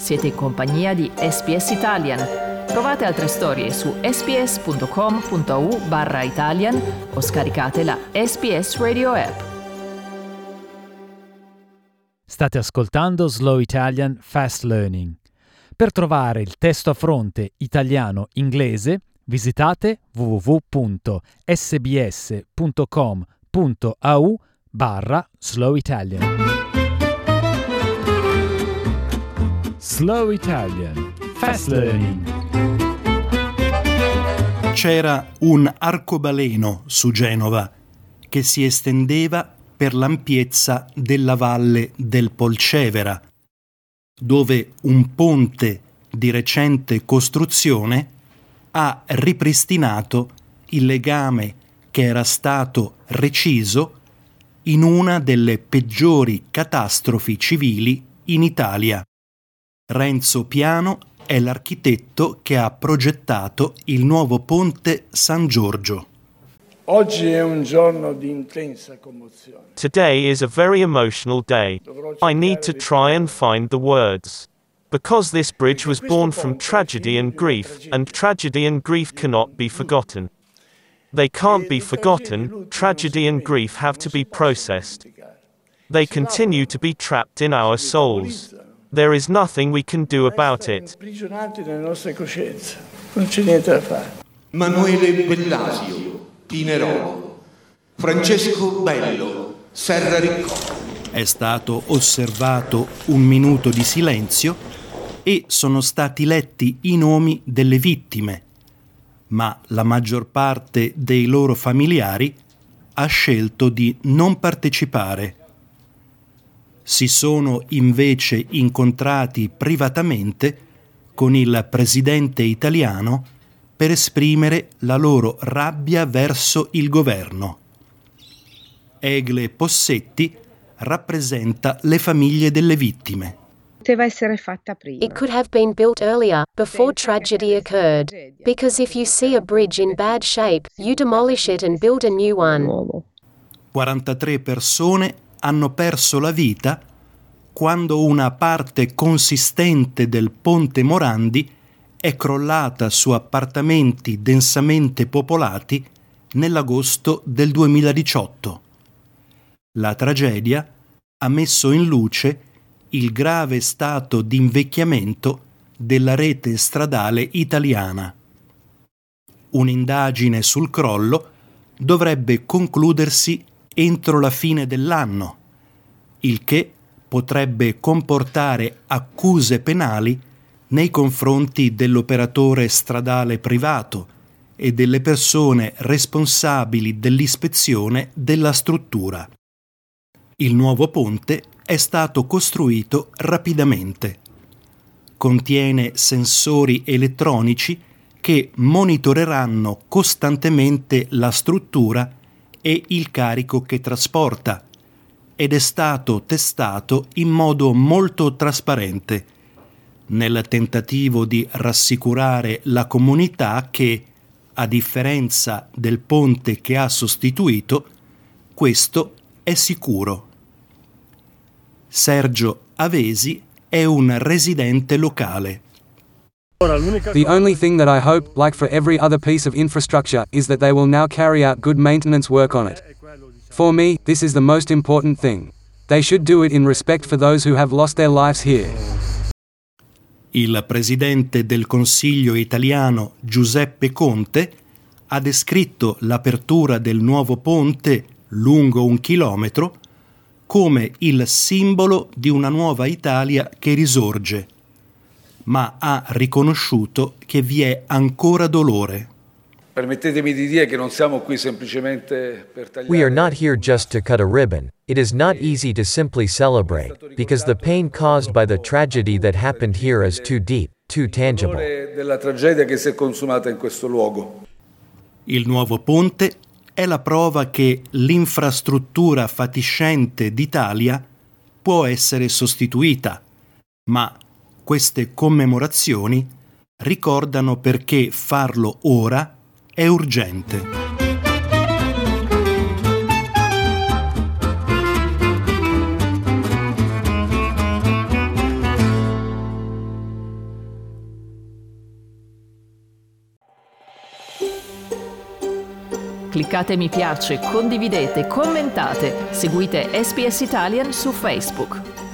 Siete in compagnia di SPS Italian. Trovate altre storie su sps.com.au/Italian o scaricate la SPS Radio app. State ascoltando Slow Italian Fast Learning. Per trovare il testo a fronte italiano-inglese, visitate www.sbs.com.au/Slow Italian. Slow Italian Fast Learning. C'era un arcobaleno su Genova che si estendeva per l'ampiezza della valle del Polcevera, dove un ponte di recente costruzione ha ripristinato il legame che era stato reciso in una delle peggiori catastrofi civili in Italia. Renzo Piano è l'architetto che ha progettato il nuovo ponte San Giorgio. Oggi è un giorno di intensa commozione. Today is a very emotional day. I need to try and find the words. Because this bridge was born from tragedy and grief, and tragedy and grief cannot be forgotten. They can't be forgotten, tragedy and grief have to be processed. They continue to be trapped in our souls. There is nothing we can do about it. Imprigionati nelle nostre coscienze. Non c'è niente da fare. Manuele Bellasio, Pinerolo, Francesco Bello, Serra Riccò. È stato osservato un minuto di silenzio e sono stati letti i nomi delle vittime, ma la maggior parte dei loro familiari ha scelto di non partecipare. Si sono invece incontrati privatamente con il presidente italiano per esprimere la loro rabbia verso il governo. Egle Possetti rappresenta le famiglie delle vittime. Poteva essere fatta prima. It could have been built earlier, before tragedy occurred. Because if you see a bridge in bad shape, you demolish it and build a new one. 43 persone hanno perso la vita quando una parte consistente del ponte Morandi è crollata su appartamenti densamente popolati nell'agosto del 2018. La tragedia ha messo in luce il grave stato di invecchiamento della rete stradale italiana. Un'indagine sul crollo dovrebbe concludersi entro la fine dell'anno, il che potrebbe comportare accuse penali nei confronti dell'operatore stradale privato e delle persone responsabili dell'ispezione della struttura. Il nuovo ponte è stato costruito rapidamente. Contiene sensori elettronici che monitoreranno costantemente la struttura e il carico che trasporta, ed è stato testato in modo molto trasparente, nel tentativo di rassicurare la comunità che, a differenza del ponte che ha sostituito, questo è sicuro. Sergio Avesi è un residente locale. The only thing that I hope, like for every other piece of infrastructure, is that they will now carry out good maintenance work on it. For me, this is the most important thing. They should do it in respect for those who have lost their lives here. Il presidente del Consiglio italiano Giuseppe Conte ha descritto l'apertura del nuovo ponte lungo 1 chilometro come il simbolo di una nuova Italia che risorge, ma ha riconosciuto che vi è ancora dolore. Permettetemi di dire che non siamo qui semplicemente per tagliare. We are not here just to cut a ribbon. It is not easy to simply celebrate, because the pain caused by the tragedy that happened here is too deep, too tangible. Della tragedia che si è consumata in questo luogo. Il nuovo ponte è la prova che l'infrastruttura fatiscente d'Italia può essere sostituita, ma queste commemorazioni ricordano perché farlo ora è urgente. Cliccate mi piace, condividete, commentate, seguite SPS Italian su Facebook.